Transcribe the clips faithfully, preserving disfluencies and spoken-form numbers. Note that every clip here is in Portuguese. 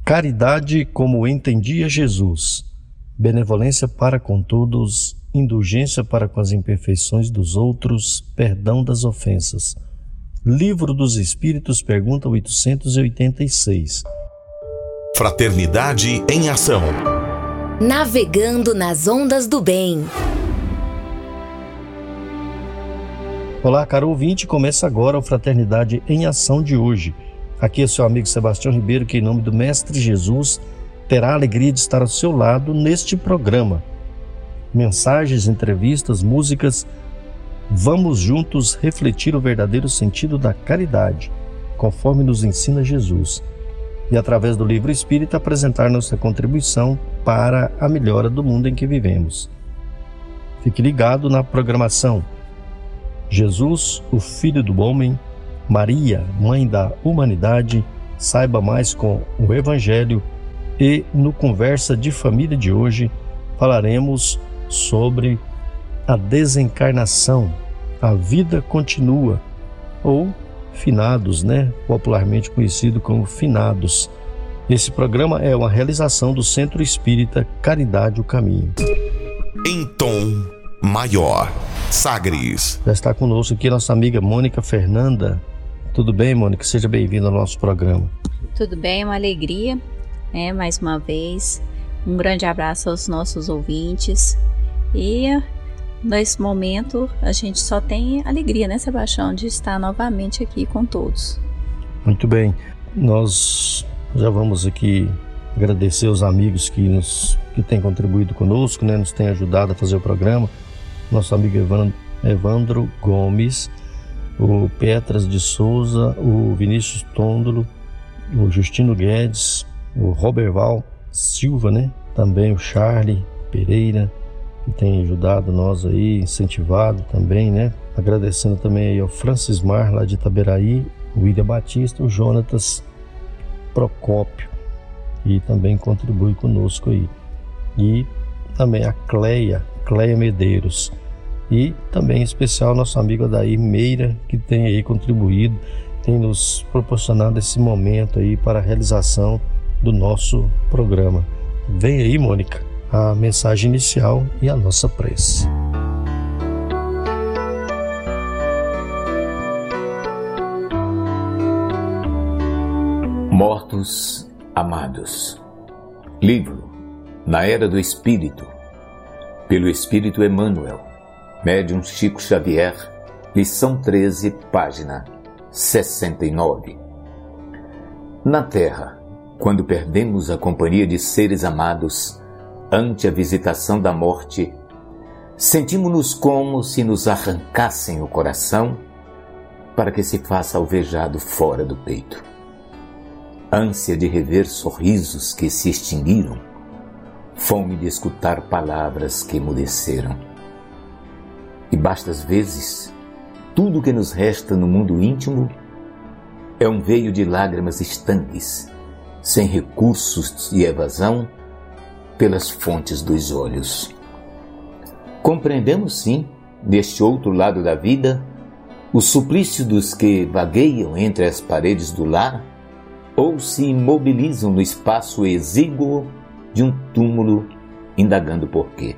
Caridade como entendia Jesus, benevolência para com todos, indulgência para com as imperfeições dos outros, perdão das ofensas. Livro dos Espíritos, pergunta oitocentos e oitenta e seis. Fraternidade em ação. Navegando nas ondas do bem. Olá, caro ouvinte, começa agora o Fraternidade em Ação de hoje. Aqui é seu amigo Sebastião Ribeiro, que em nome do Mestre Jesus terá a alegria de estar ao seu lado neste programa. Mensagens, entrevistas, músicas, vamos juntos refletir o verdadeiro sentido da caridade, conforme nos ensina Jesus, e através do Livro Espírita apresentar nossa contribuição para a melhora do mundo em que vivemos. Fique ligado na programação. Jesus, o Filho do Homem, Maria, Mãe da Humanidade, saiba mais com o Evangelho, e no Conversa de Família de hoje falaremos sobre a desencarnação, a vida continua, ou finados, né? Popularmente conhecido como finados. Esse programa é uma realização do Centro Espírita Caridade o Caminho. Em tom maior, Sagres. Já está conosco aqui nossa amiga Mônica Fernanda. Tudo bem, Mônica? Seja bem-vinda ao nosso programa. Tudo bem, é uma alegria, né? Mais uma vez, um grande abraço aos nossos ouvintes. E nesse momento a gente só tem alegria, né, Sebastião, de estar novamente aqui com todos. Muito bem, nós já vamos aqui agradecer os amigos que, nos, que têm contribuído conosco, né, nos têm ajudado a fazer o programa. Nosso amigo Evandro, Evandro Gomes, o Petras de Souza, o Vinícius Tôndolo, o Justino Guedes, o Roberval Silva, né? Também o Charlie Pereira, que tem ajudado nós aí, incentivado também, né? Agradecendo também aí ao Francis Mar, lá de Itaberaí, o William Batista, o Jonatas Procópio, que também contribui conosco aí. E também a Cleia, Cleia Medeiros. E também em especial nosso amigo Adair Meira, que tem aí contribuído, tem nos proporcionado esse momento aí para a realização do nosso programa. Vem aí, Mônica, a mensagem inicial e a nossa prece. Mortos amados. Livro Na Era do Espírito, pelo Espírito Emmanuel, Médium Chico Xavier, lição treze, página sessenta e nove. Na Terra, quando perdemos a companhia de seres amados ante a visitação da morte, sentimos-nos como se nos arrancassem o coração para que se faça alvejado fora do peito. Ânsia de rever sorrisos que se extinguiram, fome de escutar palavras que emudeceram. E basta às vezes, tudo que nos resta no mundo íntimo é um veio de lágrimas estanques, sem recursos e evasão, pelas fontes dos olhos. Compreendemos sim, neste outro lado da vida, o suplício dos que vagueiam entre as paredes do lar ou se imobilizam no espaço exíguo de um túmulo, indagando por quê.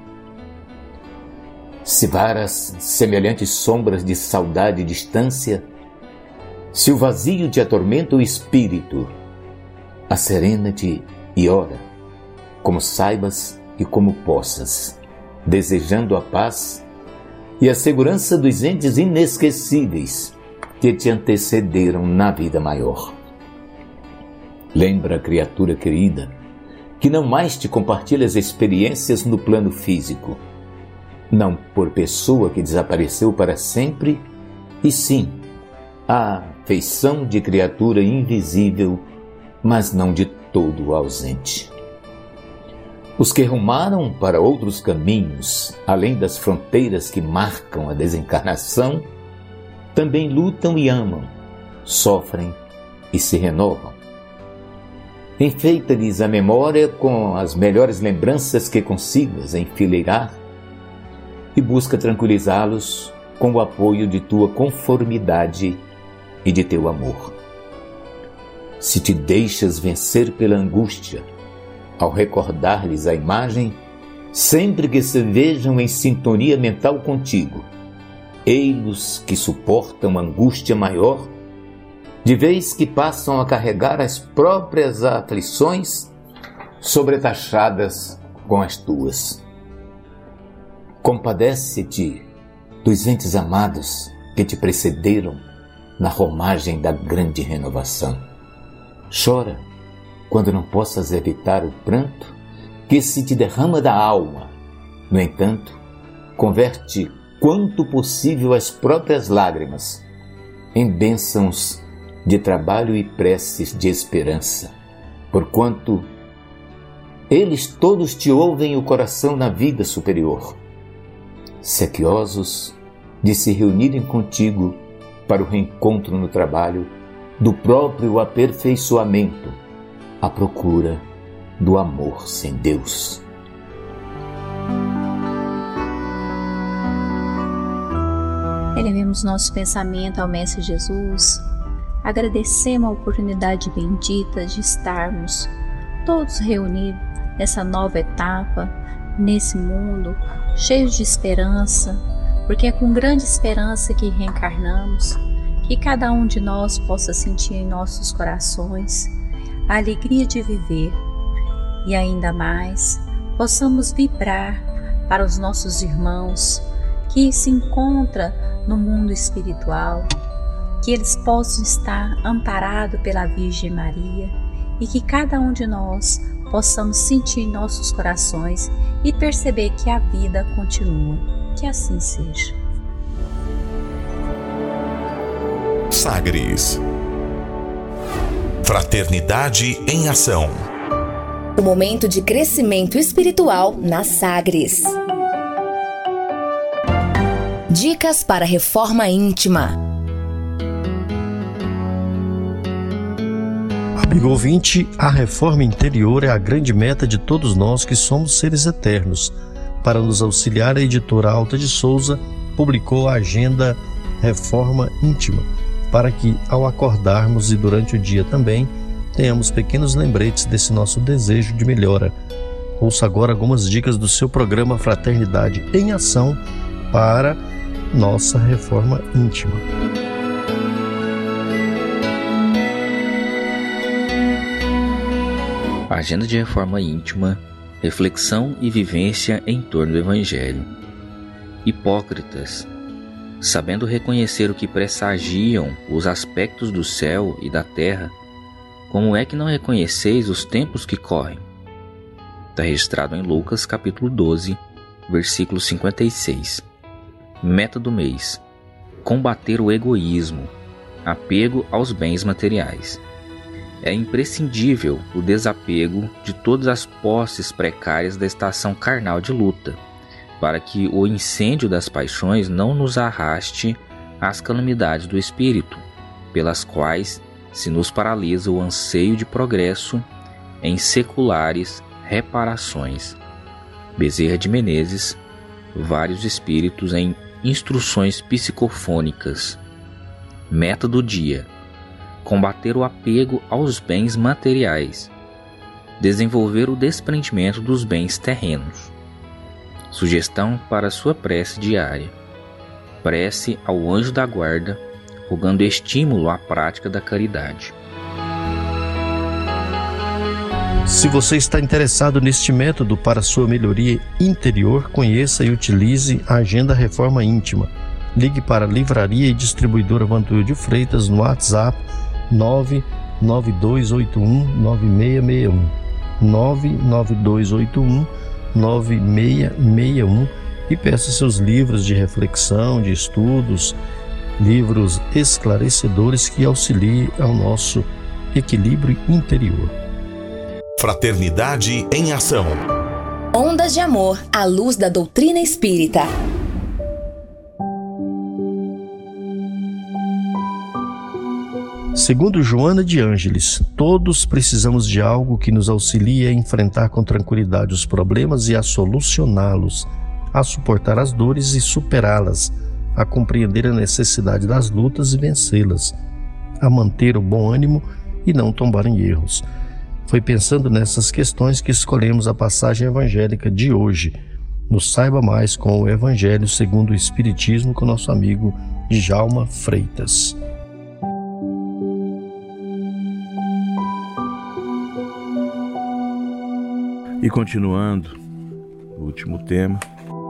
Se varas semelhantes sombras de saudade e distância, se o vazio te atormenta o espírito, acerena-te e ora, como saibas e como possas, desejando a paz e a segurança dos entes inesquecíveis que te antecederam na vida maior. Lembra, criatura querida, que não mais te compartilha as experiências no plano físico, não por pessoa que desapareceu para sempre, e sim a feição de criatura invisível, mas não de todo ausente. Os que rumaram para outros caminhos, além das fronteiras que marcam a desencarnação, também lutam e amam, sofrem e se renovam. Enfeita-lhes a memória com as melhores lembranças que consigas enfileirar e busca tranquilizá-los com o apoio de tua conformidade e de teu amor. se te deixas vencer pela angústia, ao recordar-lhes a imagem, sempre que se vejam em sintonia mental contigo, ei-los que suportam angústia maior, de vez que passam a carregar as próprias aflições sobretaxadas com as tuas. Compadece-te dos entes amados que te precederam na romagem da grande renovação. Chora quando não possas evitar o pranto que se te derrama da alma. No entanto, converte quanto possível as próprias lágrimas em bênçãos de trabalho e preces de esperança, porquanto eles todos te ouvem o coração na vida superior, sequiosos de se reunirem contigo para o reencontro no trabalho do próprio aperfeiçoamento, à procura do amor sem Deus. Elevemos nosso pensamento ao Mestre Jesus, agradecemos a oportunidade bendita de estarmos todos reunidos nessa nova etapa, nesse mundo cheio de esperança, porque é com grande esperança que reencarnamos, que cada um de nós possa sentir em nossos corações a alegria de viver e ainda mais possamos vibrar para os nossos irmãos que se encontram no mundo espiritual, que eles possam estar amparados pela Virgem Maria e que cada um de nós possamos sentir em nossos corações e perceber que a vida continua. Que assim seja. Sagres. Fraternidade em ação. O momento de crescimento espiritual na Sagres. Dicas para reforma íntima. Amigo ouvinte, a reforma interior é a grande meta de todos nós que somos seres eternos. Para nos auxiliar, a editora Alta de Souza publicou a agenda Reforma Íntima, para que, ao acordarmos e durante o dia também, tenhamos pequenos lembretes desse nosso desejo de melhora. Ouça agora algumas dicas do seu programa Fraternidade em Ação para nossa reforma íntima. Agenda de reforma íntima, reflexão e vivência em torno do Evangelho. Hipócritas, sabendo reconhecer o que pressagiam os aspectos do céu e da terra, como é que não reconheceis os tempos que correm? Está registrado em Lucas capítulo doze, versículo cinquenta e seis. Meta do mês: combater o egoísmo, apego aos bens materiais. É imprescindível o desapego de todas as posses precárias da estação carnal de luta, para que o incêndio das paixões não nos arraste às calamidades do espírito, pelas quais se nos paralisa o anseio de progresso em seculares reparações. Bezerra de Menezes, Vários Espíritos em Instruções Psicofônicas. Meta do dia: combater o apego aos bens materiais, desenvolver o desprendimento dos bens terrenos. Sugestão para sua prece diária: prece ao anjo da guarda, rogando estímulo à prática da caridade. Se você está interessado neste método para sua melhoria interior, conheça e utilize a Agenda Reforma Íntima. Ligue para a Livraria e Distribuidora Vantuil de Freitas no WhatsApp nove nove dois oito um nove seis seis um, nove nove dois oito um nove seis seis um e peça seus livros de reflexão, de estudos, livros esclarecedores que auxiliem ao nosso equilíbrio interior. Fraternidade em Ação. Ondas de Amor à luz da doutrina espírita. Segundo Joana de Ângeles, todos precisamos de algo que nos auxilie a enfrentar com tranquilidade os problemas e a solucioná-los, a suportar as dores e superá-las, a compreender a necessidade das lutas e vencê-las, a manter o bom ânimo e não tombar em erros. Foi pensando nessas questões que escolhemos a passagem evangélica de hoje. Nos saiba mais com o Evangelho segundo o Espiritismo com nosso amigo Djalma Freitas. E continuando, o último tema.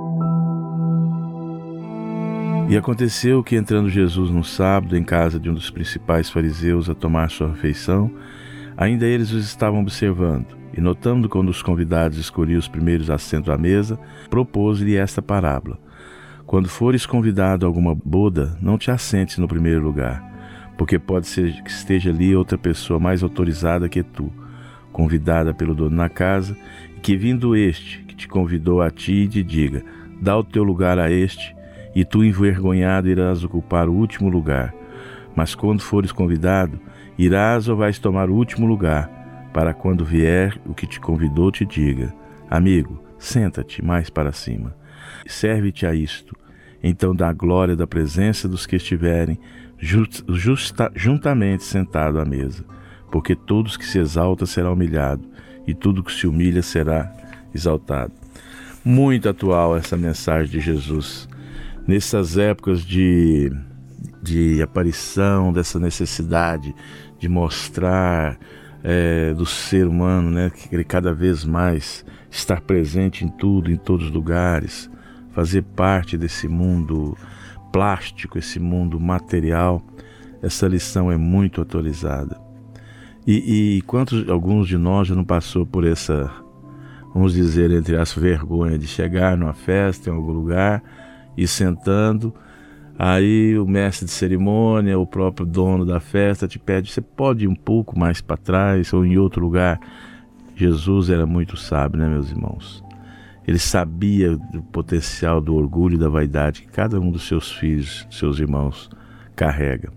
E aconteceu que, entrando Jesus num sábado em casa de um dos principais fariseus a tomar sua refeição, ainda eles os estavam observando, e notando quando os convidados escolhiam os primeiros assentos à mesa, propôs-lhe esta parábola: quando fores convidado a alguma boda, não te assentes no primeiro lugar, porque pode ser que esteja ali outra pessoa mais autorizada que tu, convidada pelo dono da casa, e que vindo este, que te convidou a ti, te diga: dá o teu lugar a este, e tu envergonhado irás ocupar o último lugar. Mas quando fores convidado, irás ou vais tomar o último lugar, para quando vier o que te convidou te diga: amigo, senta-te mais para cima. Serve-te a isto, então dá glória da presença dos que estiverem justa, juntamente sentados à mesa, porque todos que se exalta será humilhado, e tudo que se humilha será exaltado. Muito atual essa mensagem de Jesus. Nessas épocas de, de aparição, dessa necessidade de mostrar é, do ser humano, né, que ele cada vez mais estar presente em tudo, em todos os lugares, fazer parte desse mundo plástico, esse mundo material, essa lição é muito atualizada. E, e quantos, alguns de nós já não passou por essa, vamos dizer, entre as vergonhas de chegar numa festa, em algum lugar, e sentando, aí o mestre de cerimônia, o próprio dono da festa te pede: você pode ir um pouco mais para trás ou em outro lugar? Jesus era muito sábio, né, meus irmãos? Ele sabia do potencial do orgulho e da vaidade que cada um dos seus filhos, seus irmãos, carrega.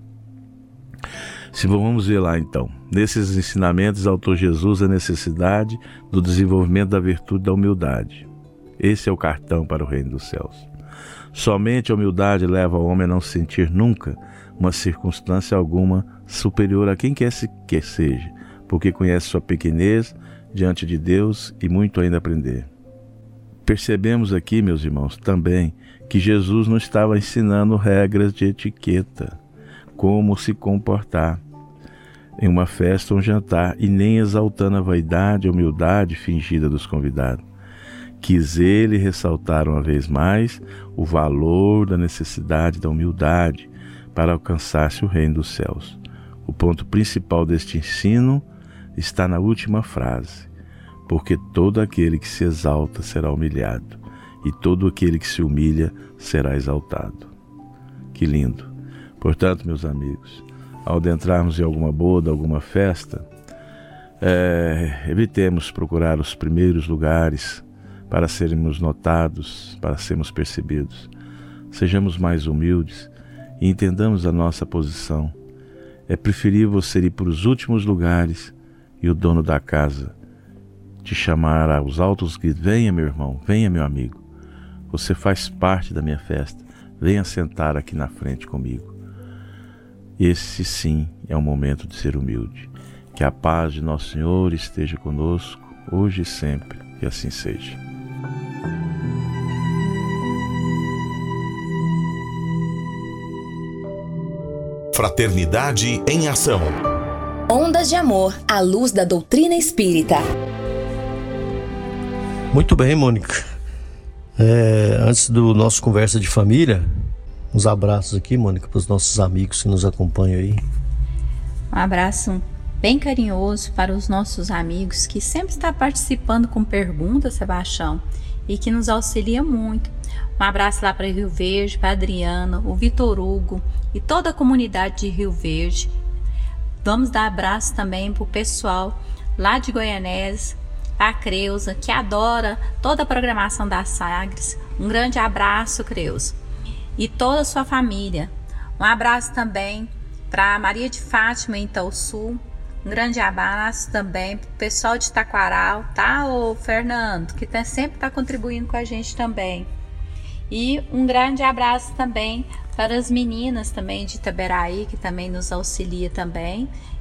Se vamos ver lá então, nesses ensinamentos exaltou Jesus a necessidade do desenvolvimento da virtude da humildade. Esse é o cartão para o reino dos céus. Somente a humildade leva o homem a não sentir nunca uma circunstância alguma superior a quem quer que seja, porque conhece sua pequenez diante de Deus e muito ainda a aprender. Percebemos aqui, meus irmãos, também que Jesus não estava ensinando regras de etiqueta, como se comportar em uma festa ou um jantar, e nem exaltando a vaidade e humildade fingida dos convidados. Quis ele ressaltar uma vez mais o valor da necessidade da humildade para alcançar-se o reino dos céus. O ponto principal deste ensino está na última frase: porque todo aquele que se exalta será humilhado, e todo aquele que se humilha será exaltado. Que lindo! Portanto, meus amigos, ao adentrarmos em alguma boda, alguma festa, é, evitemos procurar os primeiros lugares para sermos notados, para sermos percebidos. Sejamos mais humildes e entendamos a nossa posição. É preferível você ir para os últimos lugares e o dono da casa te chamar aos altos gritos: venha, meu irmão, venha, meu amigo, você faz parte da minha festa, venha sentar aqui na frente comigo. Esse sim é o momento de ser humilde. Que a paz de nosso Senhor esteja conosco, hoje e sempre, que assim seja. Fraternidade em Ação. Ondas de Amor à luz da doutrina espírita. Muito bem, Mônica. É, antes do nosso Conversa de Família, uns abraços aqui, Mônica, para os nossos amigos que nos acompanham aí. Um abraço bem carinhoso para os nossos amigos que sempre estão participando com perguntas, Sebastião, e que nos auxilia muito. Um abraço lá para Rio Verde, para a Adriana, o Vitor Hugo e toda a comunidade de Rio Verde. Vamos dar abraço também para o pessoal lá de Goianésia, a Creuza, que adora toda a programação da Sagres. Um grande abraço, Creuza, e toda a sua família. Um abraço também para Maria de Fátima em Itaúsul. Um grande abraço também para o pessoal de Taquaral, tá, ô Fernando, que tá, sempre está contribuindo com a gente também. E um grande abraço também para as meninas também de Itaberaí, que também nos auxilia também.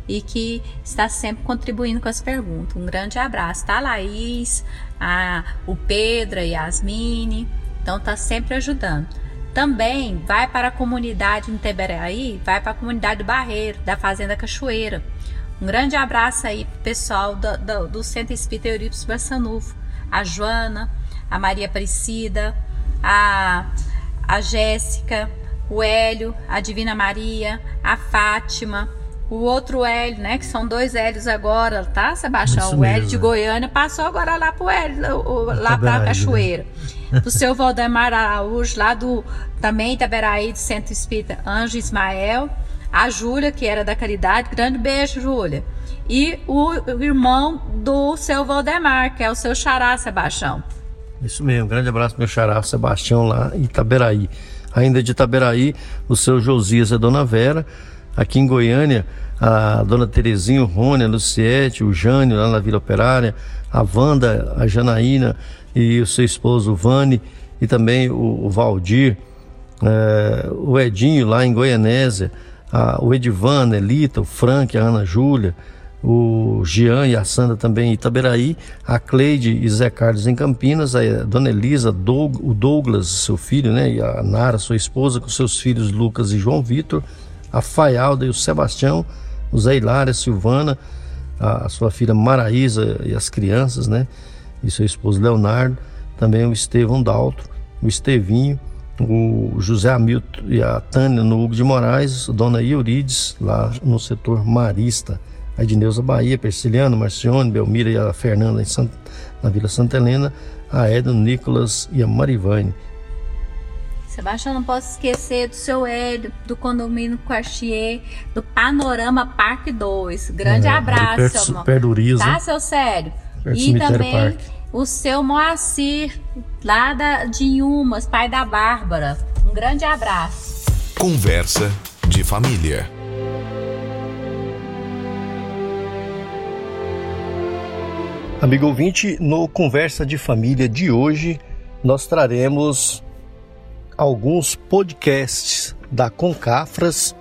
e que está sempre contribuindo com as perguntas. Um grande abraço, tá, Laís, a, o Pedro, a Yasmine, então tá sempre ajudando. Também vai para a comunidade em Itaberaí, vai para a comunidade do Barreiro, da Fazenda Cachoeira. Um grande abraço aí pro pessoal do, do, do Centro Espírita Eurípides Barçanufo, a Joana, a Maria Aparecida, a, a Jéssica, o Hélio, a Divina Maria, a Fátima, o outro Hélio, né, que são dois Hélios agora, tá, Sebastião? Isso o Hélio mesmo. de Goiânia passou agora lá pro Hélio, o, lá para a Cachoeira. Né? O seu Valdemar Araújo, lá do, também Itaberaí, do Centro Espírita Anjo Ismael, a Júlia, que era da Caridade, grande beijo, Júlia. E o, o irmão do seu Valdemar, que é o seu xará, Sebastião. Isso mesmo, grande abraço meu xará Sebastião lá em Itaberaí. Ainda de Itaberaí, o seu Josias e a dona Vera. Aqui em Goiânia, a dona Terezinha, o Rony, a Luciete, o Jânio lá na Vila Operária, a Wanda, a Janaína e o seu esposo o Vani, e também o, o Valdir, é, o Edinho lá em Goianésia, a, o Edivan, a Elita, o Frank, a Ana Júlia, o Jean e a Sandra também em Itaberaí, a Cleide e Zé Carlos em Campinas, a dona Elisa, Doug, o Douglas, seu filho, né, e a Nara, sua esposa, com seus filhos Lucas e João Vitor, a Faialda e o Sebastião, o Zé Hilária, a Silvana, a, a sua filha Maraísa e as crianças, né, e seu esposo Leonardo, também o Estevão Dalto, o Estevinho, o José Hamilton e a Tânia no Hugo de Moraes, a dona Eurides lá no setor Marista, a Edneuza Bahia, Persiliano, Marcione, Belmira e a Fernanda em Sant... na Vila Santa Helena, a Edna, o Nicolas e a Marivane. Sebastião, não posso esquecer do seu Hélio, do condomínio Quartier, do Panorama Parque dois. Grande é, abraço, perto, seu irmão. Perto do Uriza, tá, seu Sério? E também Parque. O seu Moacir, lá da, de Inhumas, pai da Bárbara. Um grande abraço. Conversa de família. Amigo ouvinte, no Conversa de Família de hoje, nós traremos alguns podcasts da Concafras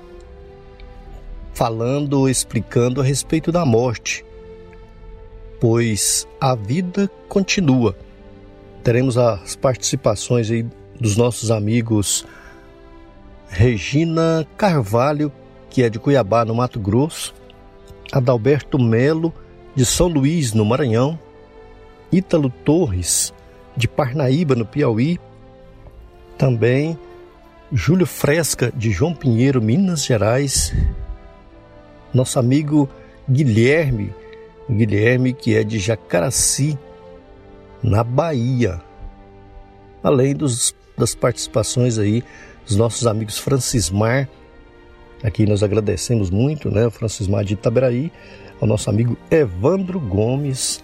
falando, explicando a respeito da morte, pois a vida continua. Teremos as participações aí dos nossos amigos Regina Carvalho, que é de Cuiabá, no Mato Grosso, Adalberto Melo, de São Luís, no Maranhão, Ítalo Torres, de Parnaíba, no Piauí, também Júlio Fresca, de João Pinheiro, Minas Gerais, nosso amigo Guilherme, Guilherme que é de Jacaraci, na Bahia, além dos, das participações aí dos nossos amigos Francismar, aqui nós agradecemos muito, né, o Francismar de Itaberaí, ao nosso amigo Evandro Gomes,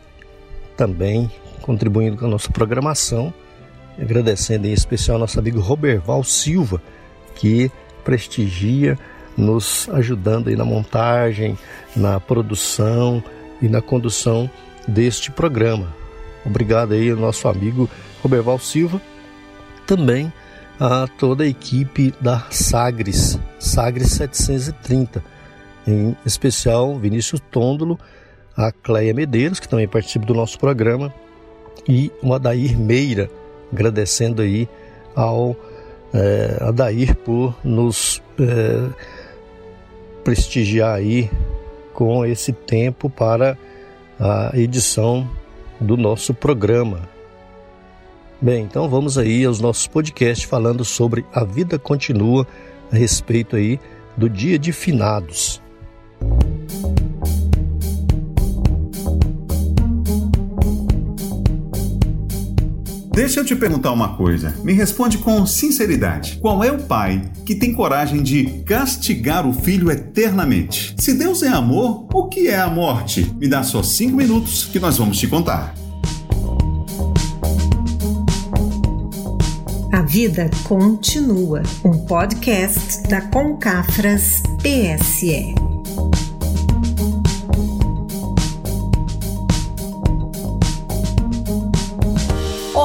também contribuindo com a nossa programação, agradecendo em especial ao nosso amigo Roberval Silva, que prestigia, nos ajudando aí na montagem, na produção e na condução deste programa. Obrigado aí ao nosso amigo Roberval Silva, também a toda a equipe da Sagres, Sagres setecentos e trinta, em especial Vinícius Tôndolo, a Cleia Medeiros, que também participa do nosso programa, e o Adair Meira, agradecendo aí ao é, Adair por nos é, prestigiar aí com esse tempo para a edição do nosso programa. Bem, então vamos aí aos nossos podcasts falando sobre a vida continua, a respeito aí do dia de finados. Deixa eu te perguntar uma coisa. Me responde com sinceridade. Qual é o pai que tem coragem de castigar o filho eternamente? Se Deus é amor, o que é a morte? Me dá só cinco minutos que nós vamos te contar. A Vida Continua, um podcast da Concafras P S E. Olá,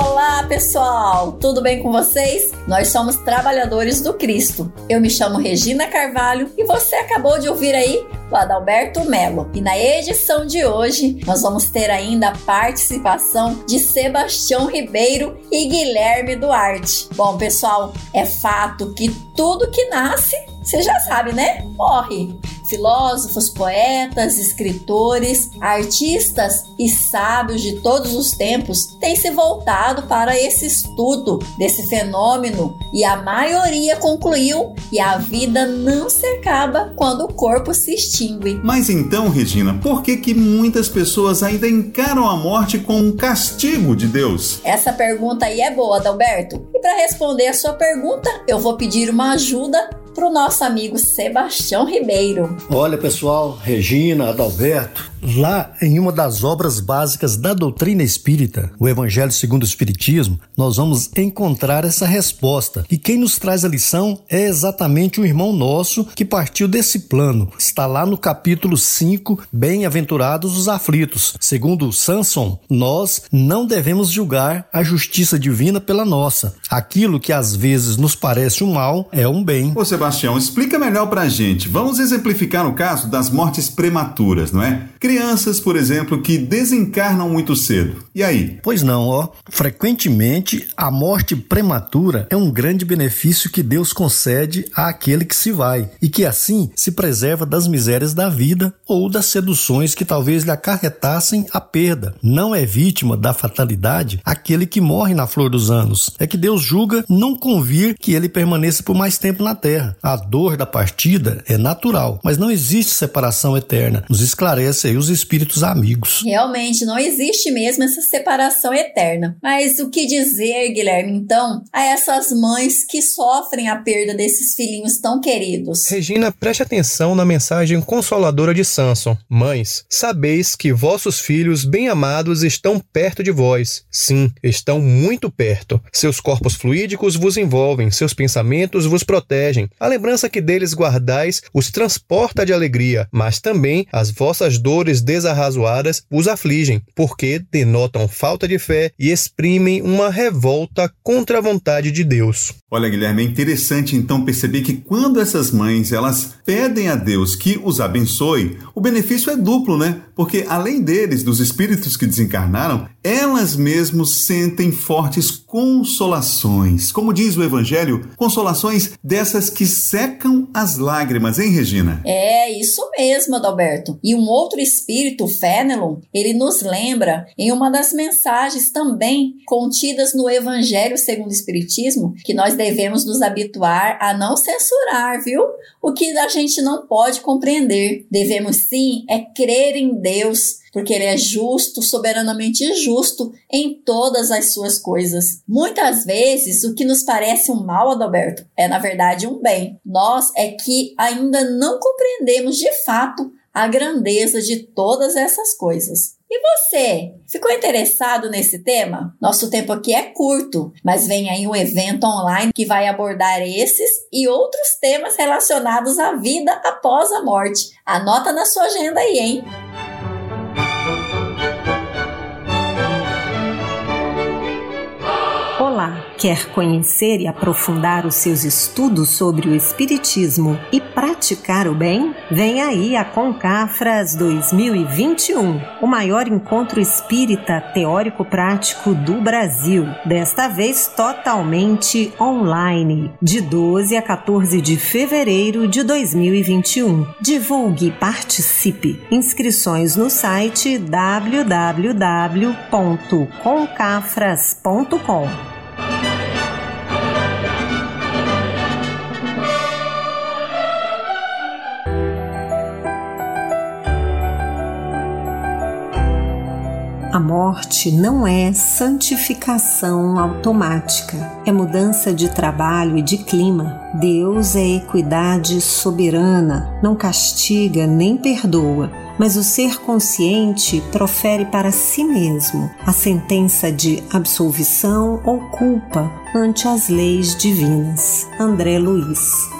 Olá pessoal, tudo bem com vocês? Nós somos trabalhadores do Cristo. Eu me chamo Regina Carvalho e você acabou de ouvir aí o Adalberto Melo. E na edição de hoje nós vamos ter ainda a participação de Sebastião Ribeiro e Guilherme Duarte. Bom pessoal, é fato que tudo que nasce, você já sabe, né? Morre. Filósofos, poetas, escritores, artistas e sábios de todos os tempos têm se voltado para esse estudo desse fenômeno e a maioria concluiu que a vida não se acaba quando o corpo se extingue. Mas então, Regina, por que que muitas pessoas ainda encaram a morte como um castigo de Deus? Essa pergunta aí é boa, Adalberto. E para responder a sua pergunta, eu vou pedir uma ajuda para o nosso amigo Sebastião Ribeiro. Olha pessoal, Regina, Adalberto, lá em uma das obras básicas da doutrina espírita, o Evangelho segundo o Espiritismo, nós vamos encontrar essa resposta. E quem nos traz a lição é exatamente um irmão nosso que partiu desse plano. Está lá no capítulo cinco, Bem-aventurados os aflitos. Segundo Samson, nós não devemos julgar a justiça divina pela nossa. Aquilo que às vezes nos parece um mal é um bem. Ô Sebastião, explica melhor pra gente. Vamos exemplificar o caso das mortes prematuras, não é? Crianças, por exemplo, que desencarnam muito cedo. E aí? Pois não, ó. Frequentemente, a morte prematura é um grande benefício que Deus concede àquele que se vai e que assim se preserva das misérias da vida ou das seduções que talvez lhe acarretassem a perda. Não é vítima da fatalidade aquele que morre na flor dos anos. É que Deus julga não convir que ele permaneça por mais tempo na terra. A dor da partida é natural, mas não existe separação eterna. Nos esclarece aí os espíritos amigos. Realmente não existe mesmo essa separação eterna. Mas o que dizer, Guilherme, então, a essas mães que sofrem a perda desses filhinhos tão queridos? Regina, preste atenção na mensagem consoladora de Samson. Mães, sabeis que vossos filhos bem-amados estão perto de vós. Sim, estão muito perto. Seus corpos fluídicos vos envolvem, seus pensamentos vos protegem. A lembrança que deles guardais os transporta de alegria, mas também as vossas dores desarrazoadas os afligem, porque denotam falta de fé e exprimem uma revolta contra a vontade de Deus. Olha, Guilherme, é interessante então perceber que quando essas mães elas pedem a Deus que os abençoe, o benefício é duplo, né? Porque além deles, dos espíritos que desencarnaram, elas mesmas sentem fortes consolações. Como diz o Evangelho, consolações dessas que secam as lágrimas, hein, Regina? É, isso mesmo, Adalberto. E um outro espírito, Fénelon, ele nos lembra em uma das mensagens também contidas no Evangelho segundo o Espiritismo, que nós devemos nos habituar a não censurar, viu? O que a gente não pode compreender. Devemos sim é crer em Deus, porque Ele é justo, soberanamente justo em todas as suas coisas. Muitas vezes, o que nos parece um mal, Adalberto, é na verdade um bem. Nós é que ainda não compreendemos de fato a grandeza de todas essas coisas. E você, ficou interessado nesse tema? Nosso tempo aqui é curto, mas vem aí um evento online que vai abordar esses e outros temas relacionados à vida após a morte. Anota na sua agenda aí, hein? Olá, quer conhecer e aprofundar os seus estudos sobre o Espiritismo e praticar o bem? Vem aí a Concafras dois mil e vinte e um, o maior encontro espírita teórico-prático do Brasil, desta vez totalmente online, de doze a quatorze de fevereiro de dois mil e vinte e um. Divulgue e participe. Inscrições no site w w w ponto concafras ponto com. A morte não é santificação automática, é mudança de trabalho e de clima. Deus é equidade soberana, não castiga nem perdoa, mas o ser consciente profere para si mesmo a sentença de absolvição ou culpa ante as leis divinas. André Luiz.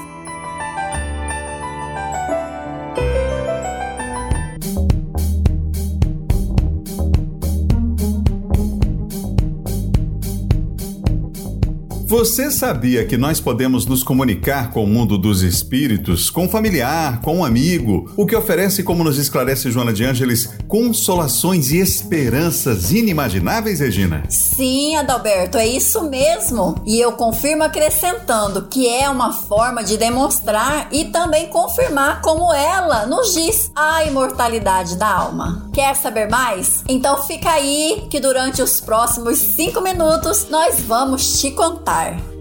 Você sabia que nós podemos nos comunicar com o mundo dos espíritos, com um familiar, com um amigo, o que oferece, como nos esclarece Joana de Ângeles, consolações e esperanças inimagináveis, Regina? Sim, Adalberto, é isso mesmo. E eu confirmo acrescentando que é uma forma de demonstrar e também confirmar como ela nos diz a imortalidade da alma. Quer saber mais? Então fica aí que durante os próximos cinco minutos nós vamos te contar.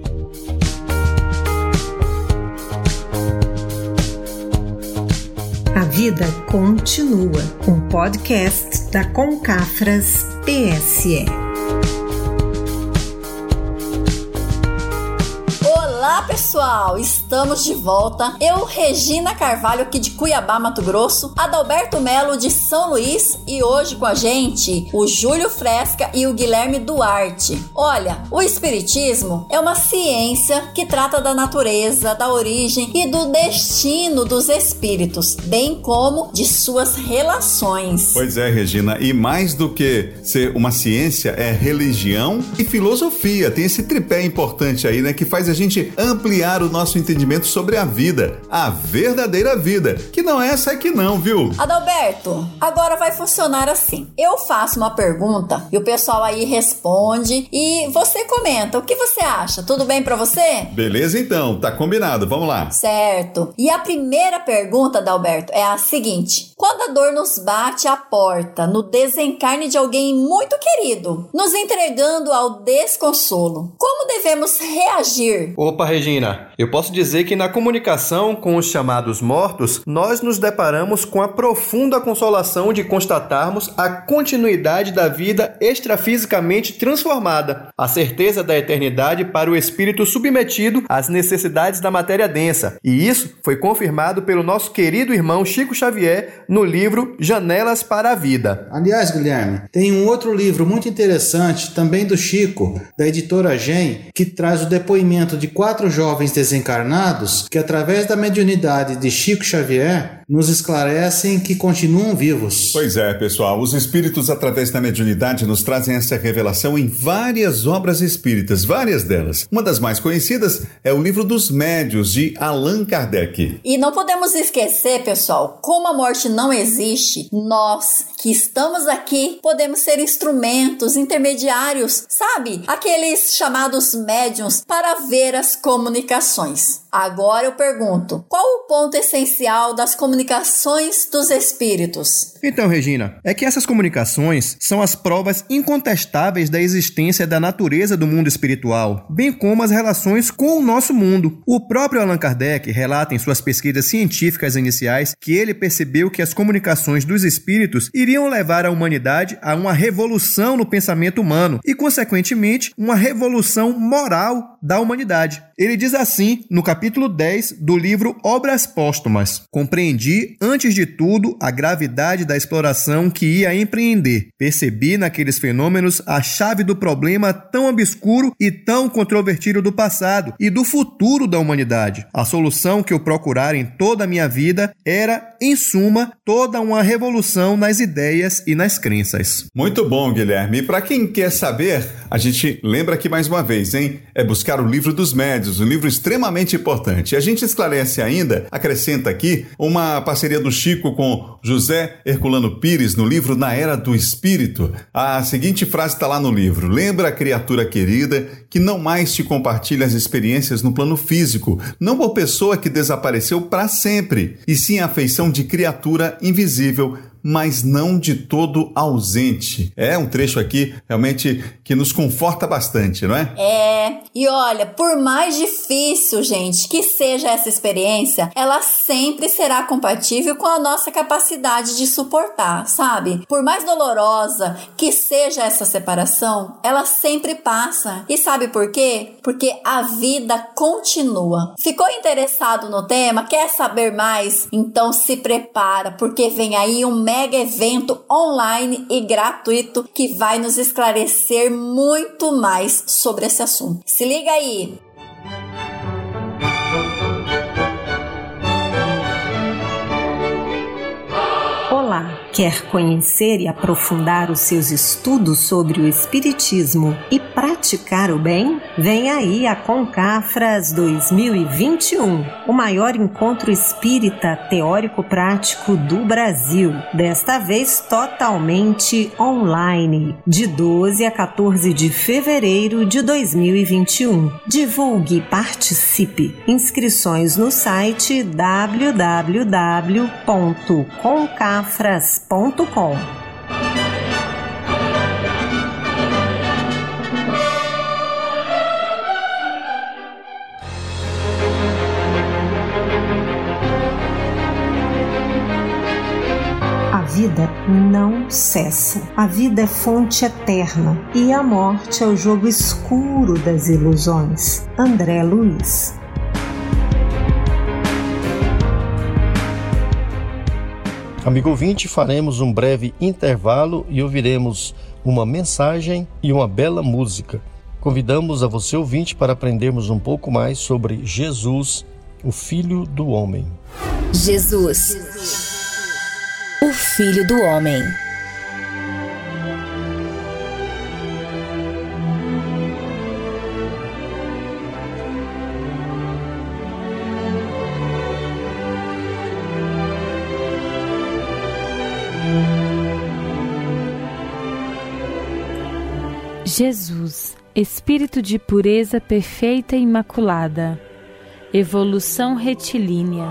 A vida continua. Um podcast da Concafras P S E. Olá pessoal, estamos de volta. Eu, Regina Carvalho, aqui de Cuiabá, Mato Grosso, Adalberto Melo de São Luís e hoje com a gente o Júlio Fresca e o Guilherme Duarte. Olha, o Espiritismo é uma ciência que trata da natureza, da origem e do destino dos espíritos, bem como de suas relações. Pois é, Regina, e mais do que ser uma ciência, é religião e filosofia. Tem esse tripé importante aí, né, que faz a gente ampliar o nosso entendimento sobre a vida, a verdadeira vida, que não é essa aqui não, viu? Adalberto, agora vai funcionar assim. Eu faço uma pergunta e o pessoal aí responde e você comenta. O que você acha? Tudo bem pra você? Beleza então, tá combinado, vamos lá. Certo. E a primeira pergunta, Adalberto, é a seguinte. Quando a dor nos bate à porta, no desencarne de alguém muito querido, nos entregando ao desconsolo, como devemos reagir? Opa, Regina, eu posso dizer que na comunicação com os chamados mortos, nós nos deparamos com a profunda consolação de constatarmos a continuidade da vida extrafisicamente transformada, a certeza da eternidade para o espírito submetido às necessidades da matéria densa. E isso foi confirmado pelo nosso querido irmão Chico Xavier no livro Janelas para a Vida. Aliás, Guilherme, tem um outro livro muito interessante, também do Chico, da editora Gen, que traz o depoimento de quatro jovens desencarnados que, através da mediunidade de Chico Xavier, nos esclarecem que continuam vivos. Pois é, pessoal, os espíritos, através da mediunidade, nos trazem essa revelação em várias obras espíritas, várias delas. Uma das mais conhecidas é o Livro dos Médiuns, de Allan Kardec. E não podemos esquecer, pessoal, como a morte não existe, nós que estamos aqui podemos ser instrumentos, intermediários, sabe? Aqueles chamados médiuns para ver as comunicações. Agora eu pergunto, qual o ponto essencial das comunicações dos espíritos? Então, Regina, é que essas comunicações são as provas incontestáveis da existência da natureza do mundo espiritual, bem como as relações com o nosso mundo. O próprio Allan Kardec relata em suas pesquisas científicas iniciais que ele percebeu que as comunicações dos espíritos iriam levar a humanidade a uma revolução no pensamento humano e, consequentemente, uma revolução moral da humanidade. Ele diz assim no capítulo dez do livro Obras Póstumas: compreendi, antes de tudo, a gravidade da exploração que ia empreender. Percebi naqueles fenômenos a chave do problema tão obscuro e tão controvertido do passado e do futuro da humanidade. A solução que eu procurara em toda a minha vida era, em suma, toda uma revolução nas ideias e nas crenças. Muito bom, Guilherme. E para quem quer saber, a gente lembra aqui mais uma vez, hein? É buscar o Livro dos Médiuns, um livro extremamente importante. A gente esclarece ainda, acrescenta aqui, uma parceria do Chico com José Herculano Pires no livro Na Era do Espírito. A seguinte frase está lá no livro: lembra, criatura querida, que não mais te compartilha as experiências no plano físico, não por pessoa que desapareceu para sempre, e sim a afeição de criatura invisível, mas não de todo ausente. É um trecho aqui realmente que nos conforta bastante, não é? É, e olha, por mais difícil, gente, que seja essa experiência, ela sempre será compatível com a nossa capacidade de suportar, sabe? Por mais dolorosa que seja essa separação, ela sempre passa. E sabe por quê? Porque a vida continua. Ficou interessado no tema? Quer saber mais? Então se prepara, porque vem aí um mega evento online e gratuito que vai nos esclarecer muito mais sobre esse assunto. Se liga aí! Olá, Quer conhecer e aprofundar os seus estudos sobre o Espiritismo e praticar o bem? Vem aí a Concafras dois mil e vinte e um, o maior encontro espírita teórico-prático do Brasil, desta vez totalmente online, de doze a quatorze de fevereiro de dois mil e vinte e um. Divulgue e participe. Inscrições no site w w w ponto concafras ponto com. A vida não cessa. A vida é fonte eterna e a morte é o jogo escuro das ilusões. André Luiz. Amigo ouvinte, faremos um breve intervalo e ouviremos uma mensagem e uma bela música. Convidamos a você ouvinte para aprendermos um pouco mais sobre Jesus, o Filho do Homem. Jesus, o Filho do Homem. Jesus, Espírito de pureza perfeita e imaculada, evolução retilínea.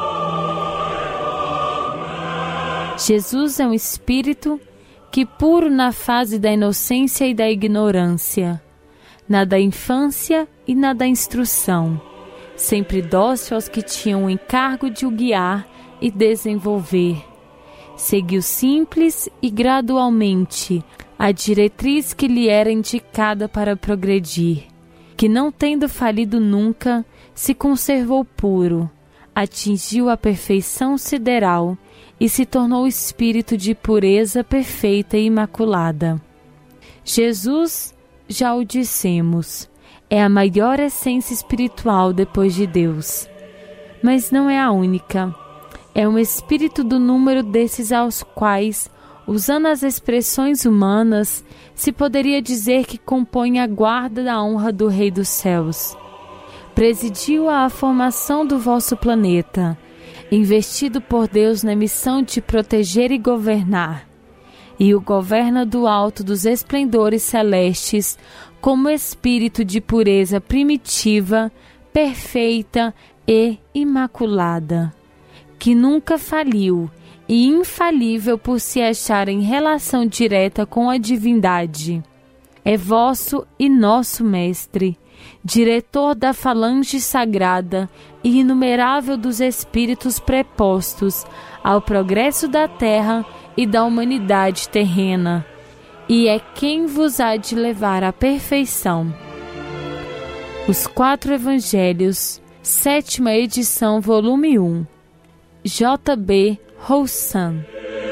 Jesus é um Espírito que, puro na fase da inocência e da ignorância, na da infância e na da instrução, sempre dócil aos que tinham o encargo de o guiar e desenvolver, seguiu simples e gradualmente a diretriz que lhe era indicada para progredir, que não tendo falido nunca, se conservou puro, atingiu a perfeição sideral e se tornou espírito de pureza perfeita e imaculada. Jesus, já o dissemos, é a maior essência espiritual depois de Deus, mas não é a única. É um espírito do número desses aos quais, usando as expressões humanas, se poderia dizer que compõe a guarda da honra do Rei dos Céus. Presidiu à formação do vosso planeta, investido por Deus na missão de proteger e governar, e o governa do alto dos esplendores celestes como espírito de pureza primitiva, perfeita e imaculada, que nunca faliu, e infalível por se achar em relação direta com a divindade. É vosso e nosso mestre, diretor da falange sagrada e inumerável dos espíritos prepostos ao progresso da terra e da humanidade terrena, e é quem vos há de levar à perfeição. Os Quatro Evangelhos, sétima edição, volume um. J B Roussan.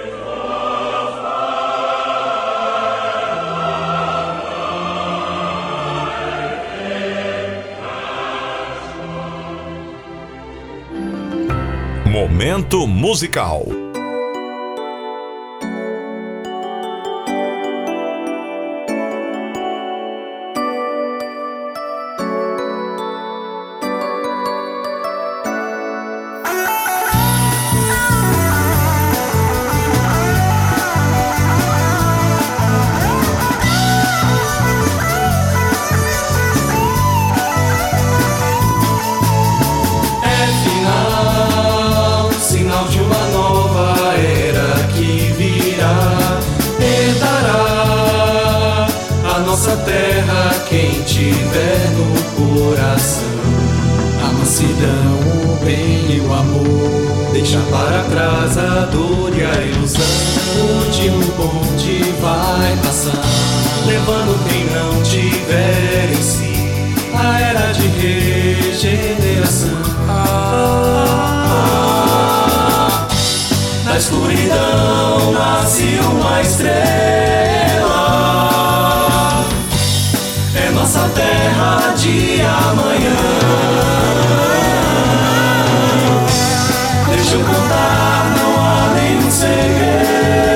Momento musical. Terra, quem tiver no coração a mansidão, o bem e o amor, deixa para trás a dor e a ilusão. O último bonde vai passar, levando quem não tiver em si a era de regeneração. Ah, ah, da escuridão nasce uma estrela, nossa terra de amanhã. Deixa eu contar, não há nenhum segredo.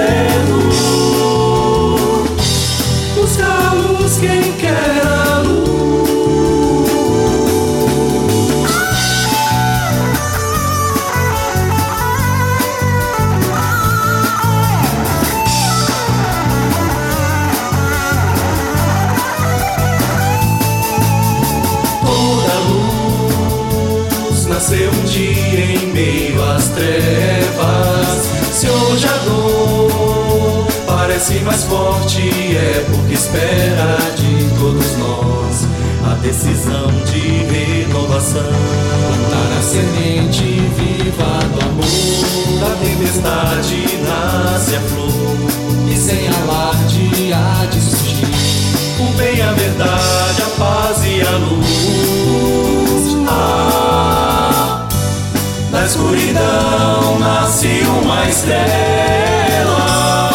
trevas. Se hoje a dor parece mais forte, é porque espera de todos nós a decisão de renovação. Plantar a semente viva do amor, da tempestade nasce a flor, e sem alarde há de surgir o bem, a verdade, a paz e a luz. Ah, da escuridão nasce uma estrela,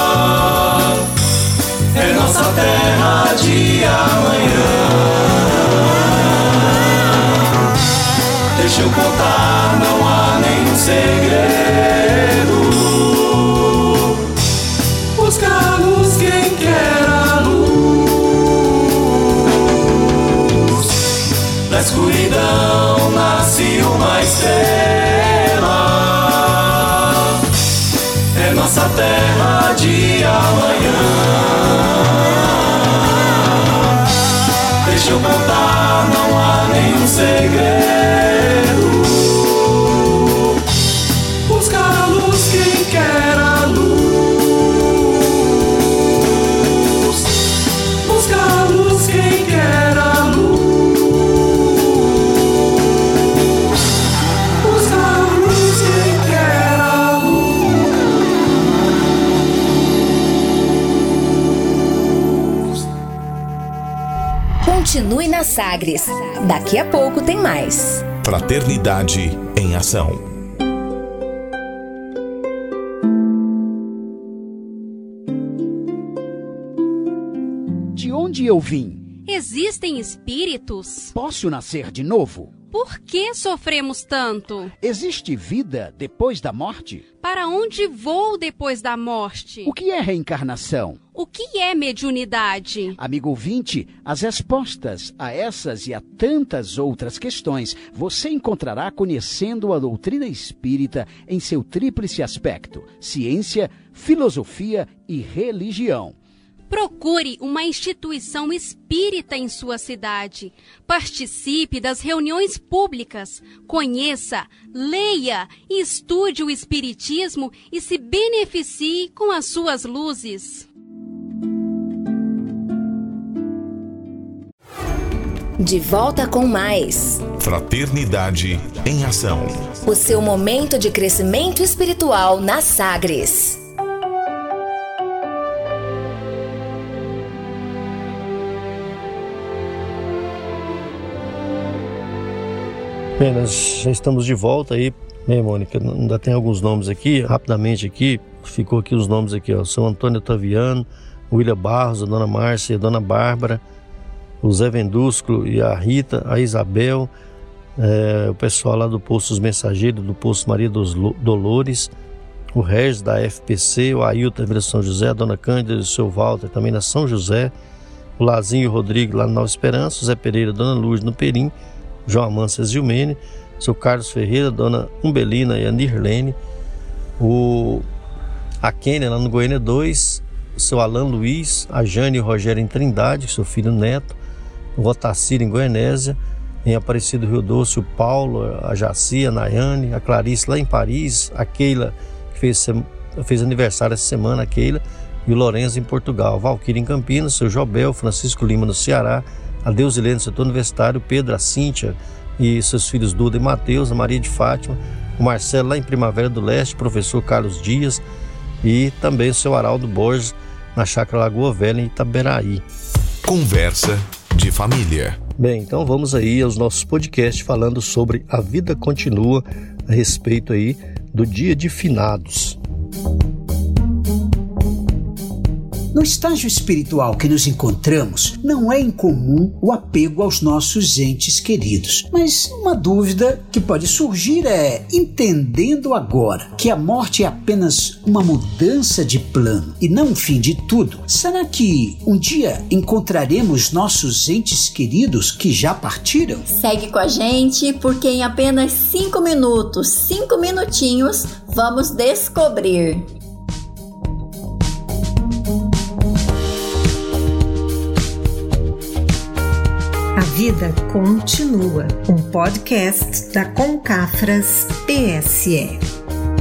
é nossa terra de amanhã. Deixa eu contar, não há nenhum segredo. Busca a luz quem quer a luz. Da escuridão nasce uma estrela, é nossa terra de amanhã. Deixa eu contar, não há nenhum segredo. Busca a luz quem quer a luz. Busca a luz quem quer a luz. Busca a luz quem quer a luz. Continue na Sagres. Daqui a pouco tem mais. Fraternidade em Ação. De onde eu vim? Existem espíritos? Posso nascer de novo? Por que sofremos tanto? Existe vida depois da morte? Para onde vou depois da morte? O que é reencarnação? O que é mediunidade? Amigo ouvinte, as respostas a essas e a tantas outras questões você encontrará conhecendo a doutrina espírita em seu tríplice aspecto: ciência, filosofia e religião. Procure uma instituição espírita em sua cidade. Participe das reuniões públicas. Conheça, leia e estude o espiritismo e se beneficie com as suas luzes. De volta com mais Fraternidade em Ação. O seu momento de crescimento espiritual na Sagres. Bem, nós já estamos de volta aí, né, Mônica? Ainda tem alguns nomes aqui, rapidamente aqui, ficou aqui os nomes aqui, ó, São Antônio Otaviano, William Barros, a Dona Márcia, a Dona Bárbara, o Zé Vendúsculo e a Rita, a Isabel, é, o pessoal lá do Poço dos Mensageiros, do Poço Maria dos Dolores, o Regis da F P C, o Ailton da Vila São José, a Dona Cândida e o seu Walter também na São José, o Lazinho e o Rodrigo lá no Nova Esperança, o Zé Pereira, a Dona Luz no Perim, João Amância Zilmene, seu Carlos Ferreira, Dona Umbelina e a Nirlene, o, a Kênia lá no Goiânia dois, o seu Alan Luiz, a Jane e o Rogério em Trindade, seu filho Neto, o Otacílio em Goianésia, em Aparecido Rio Doce, o Paulo, a Jaci, a Nayane, a Clarice lá em Paris, a Keila, que fez, fez aniversário essa semana, a Keila, e o Lourenço em Portugal, Valquíria em Campinas, seu Jobel, Francisco Lima no Ceará, a Deusilene no setor universitário, Pedro, a Cíntia e seus filhos Duda e Mateus, a Maria de Fátima, o Marcelo lá em Primavera do Leste, o professor Carlos Dias e também o seu Araldo Borges na Chácara Lagoa Velha em Itaberaí. Conversa de família. Bem, então vamos aí aos nossos podcasts falando sobre a vida continua a respeito aí do Dia de Finados. No estágio espiritual que nos encontramos, não é incomum o apego aos nossos entes queridos. Mas uma dúvida que pode surgir é, entendendo agora que a morte é apenas uma mudança de plano e não o fim de tudo, será que um dia encontraremos nossos entes queridos que já partiram? Segue com a gente, porque em apenas cinco minutos, cinco minutinhos, vamos descobrir. A Vida Continua, um podcast da Concafras P S E.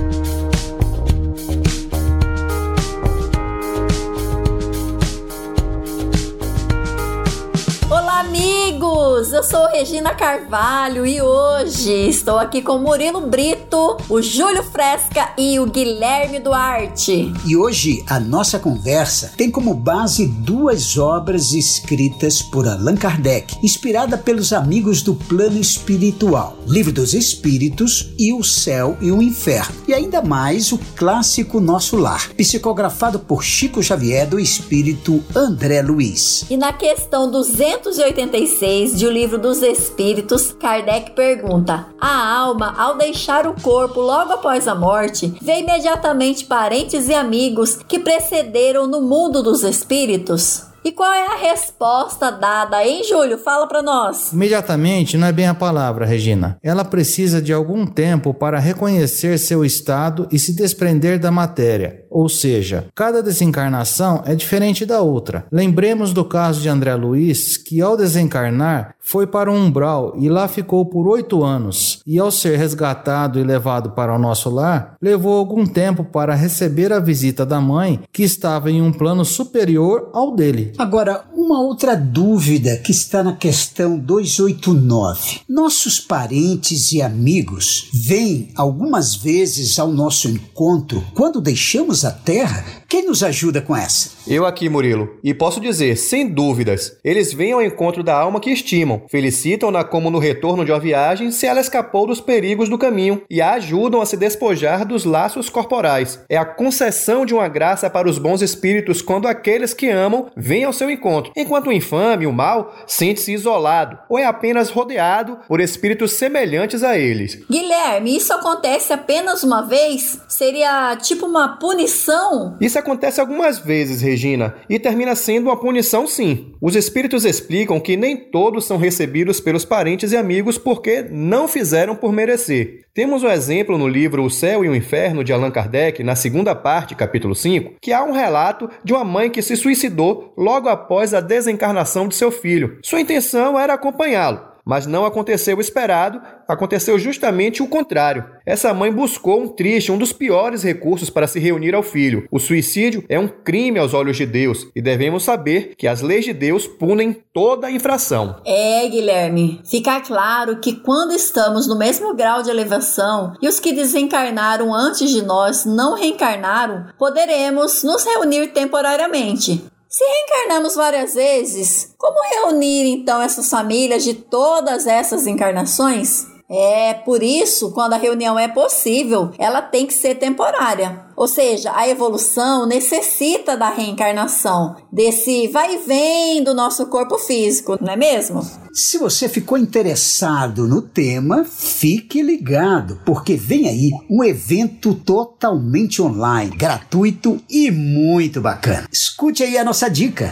Olá, amigos! Eu sou Regina Carvalho e hoje estou aqui com o Murilo Brito, o Júlio Fresca e o Guilherme Duarte. E hoje a nossa conversa tem como base duas obras escritas por Allan Kardec, inspirada pelos amigos do plano espiritual, Livro dos Espíritos e O Céu e o Inferno, e ainda mais o clássico Nosso Lar, psicografado por Chico Xavier do espírito André Luiz. E na questão duzentos e oitenta e seis de O Livro dos Espíritos, Kardec pergunta: a alma, ao deixar o corpo logo após a morte, vê imediatamente parentes e amigos que precederam no mundo dos espíritos? E qual é a resposta dada, hein, Júlio? Fala pra nós. Imediatamente não é bem a palavra, Regina. Ela precisa de algum tempo para reconhecer seu estado e se desprender da matéria. Ou seja, cada desencarnação é diferente da outra. Lembremos do caso de André Luiz, que ao desencarnar foi para um umbral e lá ficou por oito anos. E ao ser resgatado e levado para o nosso lar, levou algum tempo para receber a visita da mãe, que estava em um plano superior ao dele. Agora, uma outra dúvida que está na questão duzentos e oitenta e nove. Nossos parentes e amigos vêm algumas vezes ao nosso encontro quando deixamos a Terra? Quem nos ajuda com essa? Eu aqui, Murilo. E posso dizer, sem dúvidas, eles vêm ao encontro da alma que estimam, felicitam-na como no retorno de uma viagem se ela escapou dos perigos do caminho e a ajudam a se despojar dos laços corporais. É a concessão de uma graça para os bons espíritos quando aqueles que amam vêm ao seu encontro, enquanto o infame, o mal, sente-se isolado ou é apenas rodeado por espíritos semelhantes a eles. Guilherme, isso acontece apenas uma vez? Seria tipo uma punição? Isso acontece algumas vezes, Regina, e termina sendo uma punição, sim. Os espíritos explicam que nem todos são recebidos pelos parentes e amigos porque não fizeram por merecer. Temos um exemplo no livro O Céu e o Inferno, de Allan Kardec, na segunda parte, capítulo cinco, que há um relato de uma mãe que se suicidou logo após a desencarnação de seu filho. Sua intenção era acompanhá-lo, mas não aconteceu o esperado, aconteceu justamente o contrário. Essa mãe buscou um triste, um dos piores recursos para se reunir ao filho. O suicídio é um crime aos olhos de Deus e devemos saber que as leis de Deus punem toda a infração. É, Guilherme, fica claro que quando estamos no mesmo grau de elevação e os que desencarnaram antes de nós não reencarnaram, poderemos nos reunir temporariamente. Se reencarnamos várias vezes, como reunir então essas famílias de todas essas encarnações? É, por isso, quando a reunião é possível, ela tem que ser temporária. Ou seja, a evolução necessita da reencarnação, desse vai e vem do nosso corpo físico, não é mesmo? Se você ficou interessado no tema, fique ligado, porque vem aí um evento totalmente online, gratuito e muito bacana. Escute aí a nossa dica.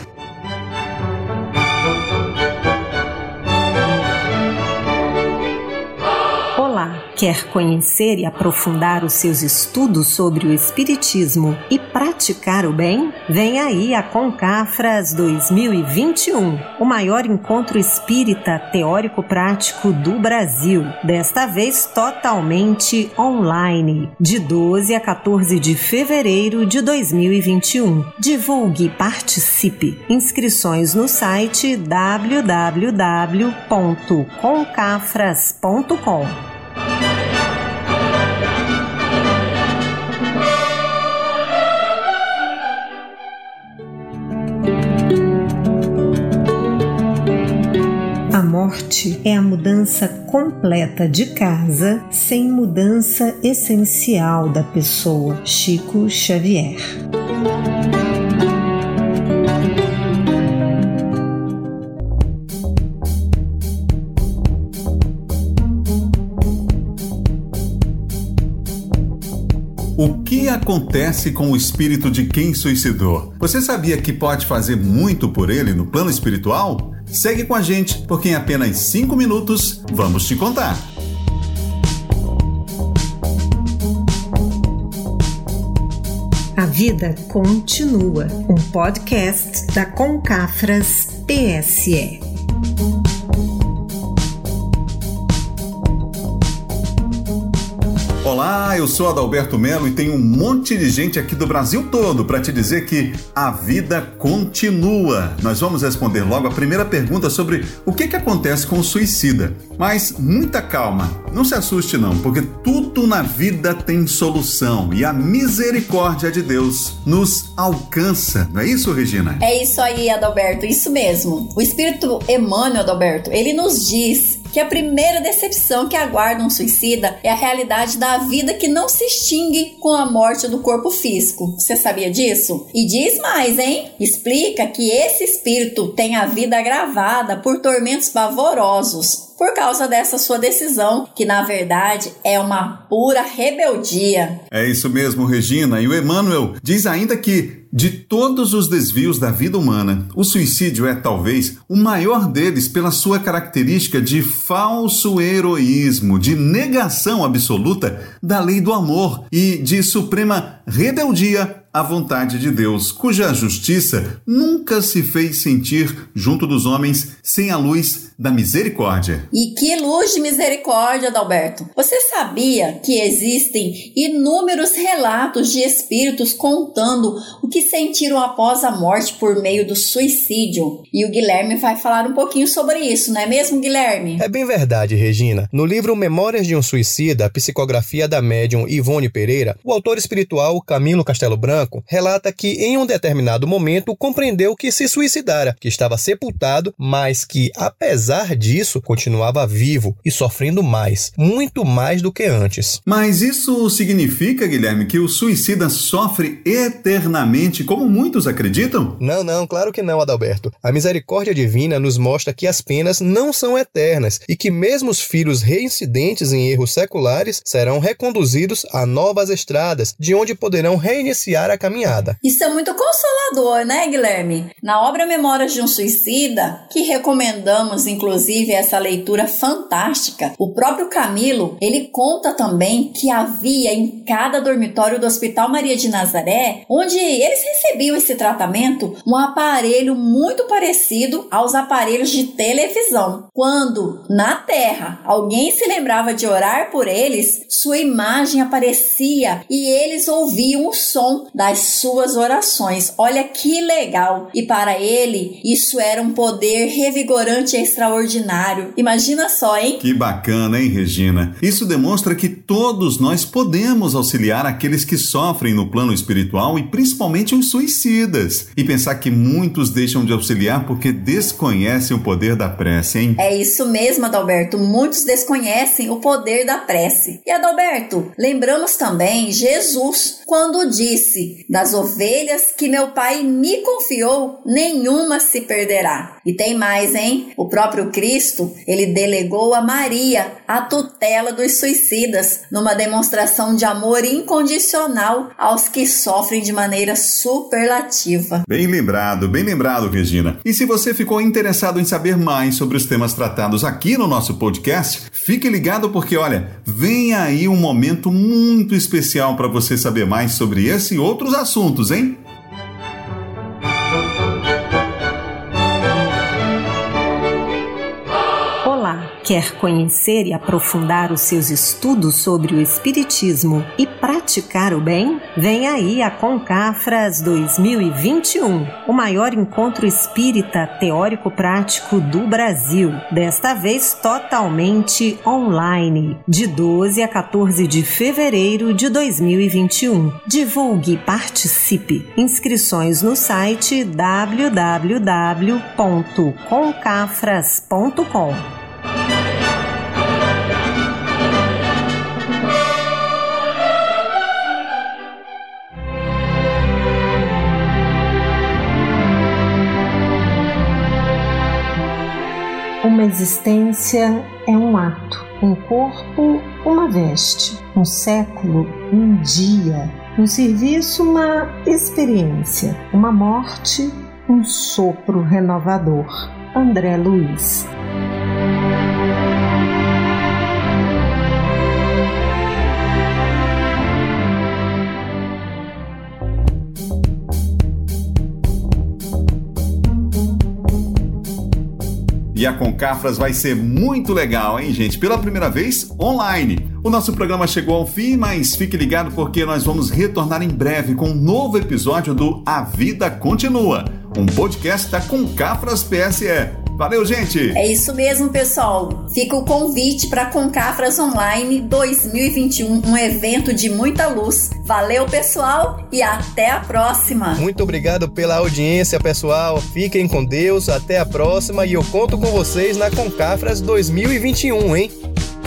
Quer conhecer e aprofundar os seus estudos sobre o Espiritismo e praticar o bem? Vem aí a Concafras dois mil e vinte e um, o maior encontro espírita teórico-prático do Brasil, desta vez totalmente online, de doze a quatorze de fevereiro de dois mil e vinte e um. Divulgue e participe. Inscrições no site w w w ponto concafras ponto com. A morte é a mudança completa de casa sem mudança essencial da pessoa. Chico Xavier. O que acontece com o espírito de quem suicidou? Você sabia que pode fazer muito por ele no plano espiritual? Segue com a gente, porque em apenas cinco minutos vamos te contar. A Vida Continua, um podcast da Concafras P S E. Olá, Olá, eu sou Adalberto Melo e tem um monte de gente aqui do Brasil todo para te dizer que a vida continua. Nós vamos responder logo a primeira pergunta sobre o que, que acontece com o suicida. Mas muita calma, não se assuste não, porque tudo na vida tem solução e a misericórdia de Deus nos alcança. Não é isso, Regina? É isso aí, Adalberto, isso mesmo. O Espírito Emmanuel, Adalberto, ele nos diz que a primeira decepção que aguarda um suicida é a realidade da vida que não se extingue com a morte do corpo físico. Você sabia disso? E diz mais, hein? Explica que esse espírito tem a vida agravada por tormentos pavorosos por causa dessa sua decisão, que na verdade é uma pura rebeldia. É isso mesmo, Regina. E o Emmanuel diz ainda que de todos os desvios da vida humana, o suicídio é talvez o maior deles pela sua característica de falso heroísmo, de negação absoluta da lei do amor e de suprema rebeldia à vontade de Deus, cuja justiça nunca se fez sentir junto dos homens sem a luz da misericórdia. E que luz de misericórdia, Adalberto! Você sabia que existem inúmeros relatos de espíritos contando o que sentiram após a morte por meio do suicídio? E o Guilherme vai falar um pouquinho sobre isso, não é mesmo, Guilherme? É bem verdade, Regina. No livro Memórias de um Suicida, psicografia da médium Ivone Pereira, o autor espiritual Camilo Castelo Branco relata que em um determinado momento compreendeu que se suicidara, que estava sepultado, mas que, apesar disso, continuava vivo e sofrendo mais, muito mais do que antes. Mas isso significa, Guilherme, que o suicida sofre eternamente, como muitos acreditam? Não, não, claro que não, Adalberto. A misericórdia divina nos mostra que as penas não são eternas e que mesmo os filhos reincidentes em erros seculares serão reconduzidos a novas estradas, de onde poderão reiniciar a caminhada. Isso é muito consolador, né, Guilherme? Na obra Memórias de um Suicida, que recomendamos inclusive essa leitura fantástica, o próprio Camilo, ele conta também que havia em cada dormitório do Hospital Maria de Nazaré, onde eles recebiam esse tratamento, um aparelho muito parecido aos aparelhos de televisão. Quando, na Terra, alguém se lembrava de orar por eles, sua imagem aparecia e eles ouviam o som das suas orações. Olha que legal! E para ele, isso era um poder revigorante e extraordinário. Imagina só, hein? Que bacana, hein, Regina? Isso demonstra que todos nós podemos auxiliar aqueles que sofrem no plano espiritual e principalmente os suicidas. E pensar que muitos deixam de auxiliar porque desconhecem o poder da prece, hein? É isso mesmo, Adalberto. Muitos desconhecem o poder da prece. E, Adalberto, lembramos também Jesus, quando disse: das ovelhas que meu pai me confiou, nenhuma se perderá. E tem mais, hein? O próprio Cristo, ele delegou a Maria a tutela dos suicidas, numa demonstração de amor incondicional aos que sofrem de maneira superlativa. Bem lembrado, bem lembrado, Regina. E se você ficou interessado em saber mais sobre os temas tratados aqui no nosso podcast, fique ligado porque, olha, vem aí um momento muito especial para você saber mais sobre esse e outros assuntos, hein? Quer conhecer e aprofundar os seus estudos sobre o Espiritismo e praticar o bem? Vem aí a Concafras dois mil e vinte e um, o maior encontro espírita teórico-prático do Brasil, desta vez totalmente online, de doze a quatorze de fevereiro de dois mil e vinte e um. Divulgue e participe. Inscrições no site w w w ponto concafras ponto com. Uma existência é um ato, um corpo, uma veste, um século, um dia, um serviço, uma experiência, uma morte, um sopro renovador. André Luiz. E a Concafras vai ser muito legal, hein, gente? Pela primeira vez, online. O nosso programa chegou ao fim, mas fique ligado porque nós vamos retornar em breve com um novo episódio do A Vida Continua, um podcast da Concafras P S E. Valeu, gente! É isso mesmo, pessoal. Fica o convite para Concafras Online dois mil e vinte e um, um evento de muita luz. Valeu, pessoal, e até a próxima. Muito obrigado pela audiência, pessoal. Fiquem com Deus, até a próxima e eu conto com vocês na Concafras dois mil e vinte e um, hein?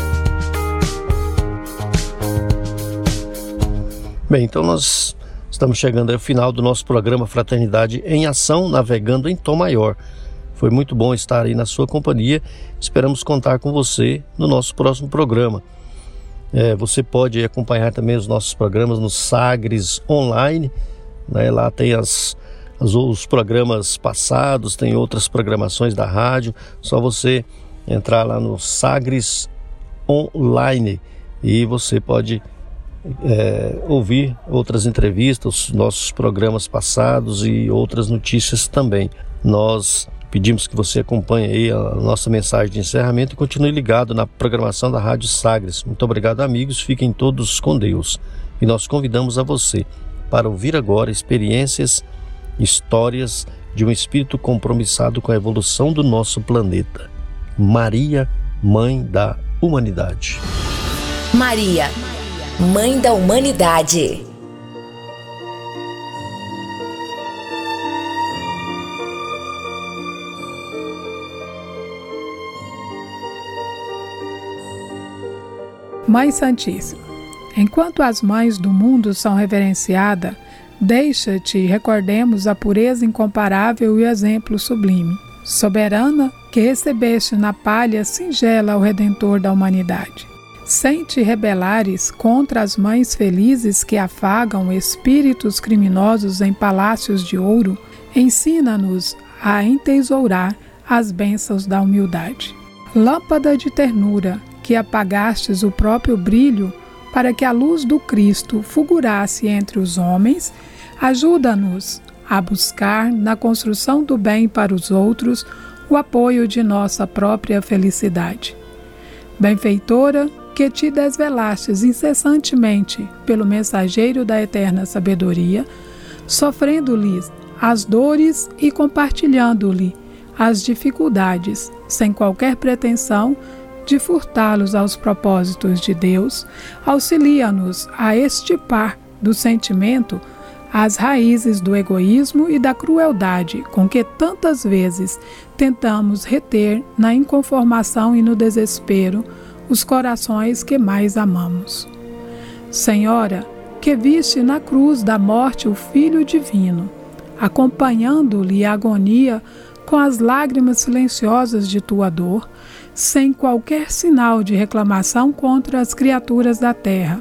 Bem, então nós estamos chegando ao final do nosso programa Fraternidade em Ação, navegando em Tom Maior. Foi muito bom estar aí na sua companhia. Esperamos contar com você no nosso próximo programa. É, você pode acompanhar também os nossos programas no Sagres Online, né? Lá tem as, as, os programas passados, tem outras programações da rádio. Só você entrar lá no Sagres Online e você pode é, ouvir outras entrevistas, nossos programas passados e outras notícias também. Nós pedimos que você acompanhe aí a nossa mensagem de encerramento e continue ligado na programação da Rádio Sagres. Muito obrigado, amigos. Fiquem todos com Deus. E nós convidamos a você para ouvir agora experiências, histórias de um espírito compromissado com a evolução do nosso planeta. Maria, Mãe da Humanidade. Maria, Mãe da Humanidade. Mãe Santíssima, enquanto as mães do mundo são reverenciadas, deixa-te recordemos a pureza incomparável e o exemplo sublime. Soberana, que recebeste na palha singela o Redentor da humanidade. Sem te rebelares contra as mães felizes que afagam espíritos criminosos em palácios de ouro, ensina-nos a entesourar as bênçãos da humildade. Lâmpada de ternura, que apagastes o próprio brilho para que a luz do Cristo fulgurasse entre os homens, ajuda-nos a buscar na construção do bem para os outros o apoio de nossa própria felicidade. Benfeitora, que te desvelastes incessantemente pelo mensageiro da eterna sabedoria, sofrendo-lhes as dores e compartilhando-lhe as dificuldades, sem qualquer pretensão de furtá-los aos propósitos de Deus, auxilia-nos a extirpar do sentimento as raízes do egoísmo e da crueldade com que tantas vezes tentamos reter na inconformação e no desespero os corações que mais amamos. Senhora, que viste na cruz da morte o Filho Divino, acompanhando-lhe a agonia com as lágrimas silenciosas de tua dor, sem qualquer sinal de reclamação contra as criaturas da terra.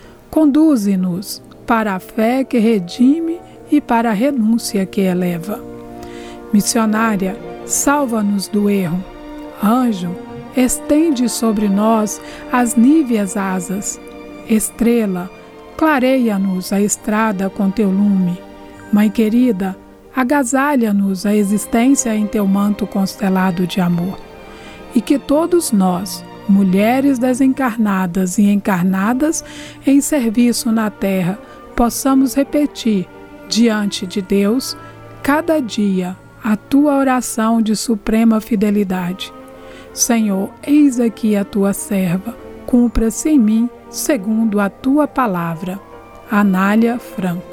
Conduze-nos para a fé que redime e para a renúncia que eleva. Missionária, salva-nos do erro. Anjo, estende sobre nós as níveas asas. Estrela, clareia-nos a estrada com teu lume. Mãe querida, agasalha-nos a existência em teu manto constelado de amor. E que todos nós, mulheres desencarnadas e encarnadas em serviço na terra, possamos repetir diante de Deus, cada dia, a tua oração de suprema fidelidade. Senhor, eis aqui a tua serva, cumpra-se em mim segundo a tua palavra. Anália Franco.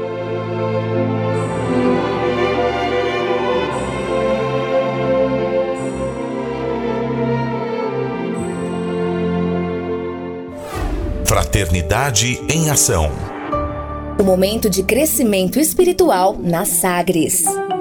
Fraternidade em Ação. O momento de crescimento espiritual na Sagres.